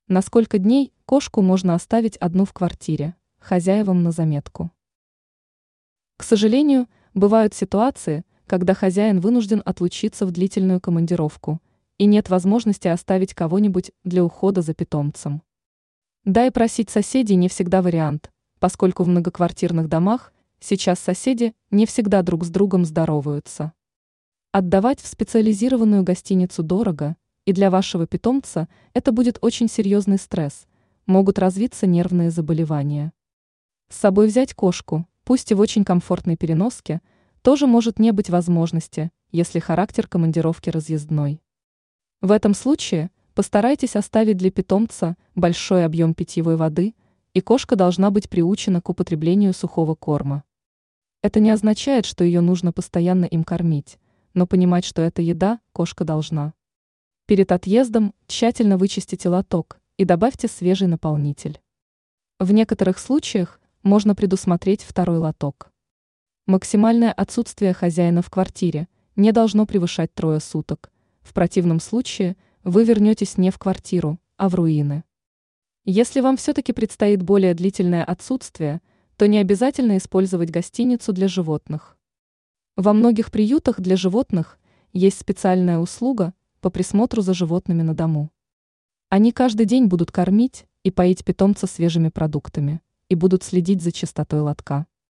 На сколько дней кошку можно оставить одну в квартире? Хозяевам на заметку. К сожалению, бывают ситуации, когда хозяин вынужден отлучиться в длительную командировку, и нет возможности оставить кого-нибудь для ухода за питомцем. Да и просить соседей не всегда вариант, поскольку в многоквартирных домах сейчас соседи не всегда друг с другом здороваются. Отдавать в специализированную гостиницу дорого, и для вашего питомца это будет очень серьезный стресс, могут развиться нервные заболевания. С собой взять кошку, пусть и в очень комфортной переноске, тоже может не быть возможности, если характер командировки разъездной. В этом случае постарайтесь оставить для питомца большой объем питьевой воды, и кошка должна быть приучена к употреблению сухого корма. Это не означает, что ее нужно постоянно им кормить, но понимать, что это еда, кошка должна. Перед отъездом тщательно вычистите лоток и добавьте свежий наполнитель. В некоторых случаях можно предусмотреть второй лоток. Максимальное отсутствие хозяина в квартире не должно превышать 3 суток. В противном случае вы вернетесь не в квартиру, а в руины. Если вам все-таки предстоит более длительное отсутствие, то не обязательно использовать гостиницу для животных. Во многих приютах для животных есть специальная услуга по присмотру за животными на дому. Они каждый день будут кормить и поить питомца свежими продуктами и будут следить за чистотой лотка.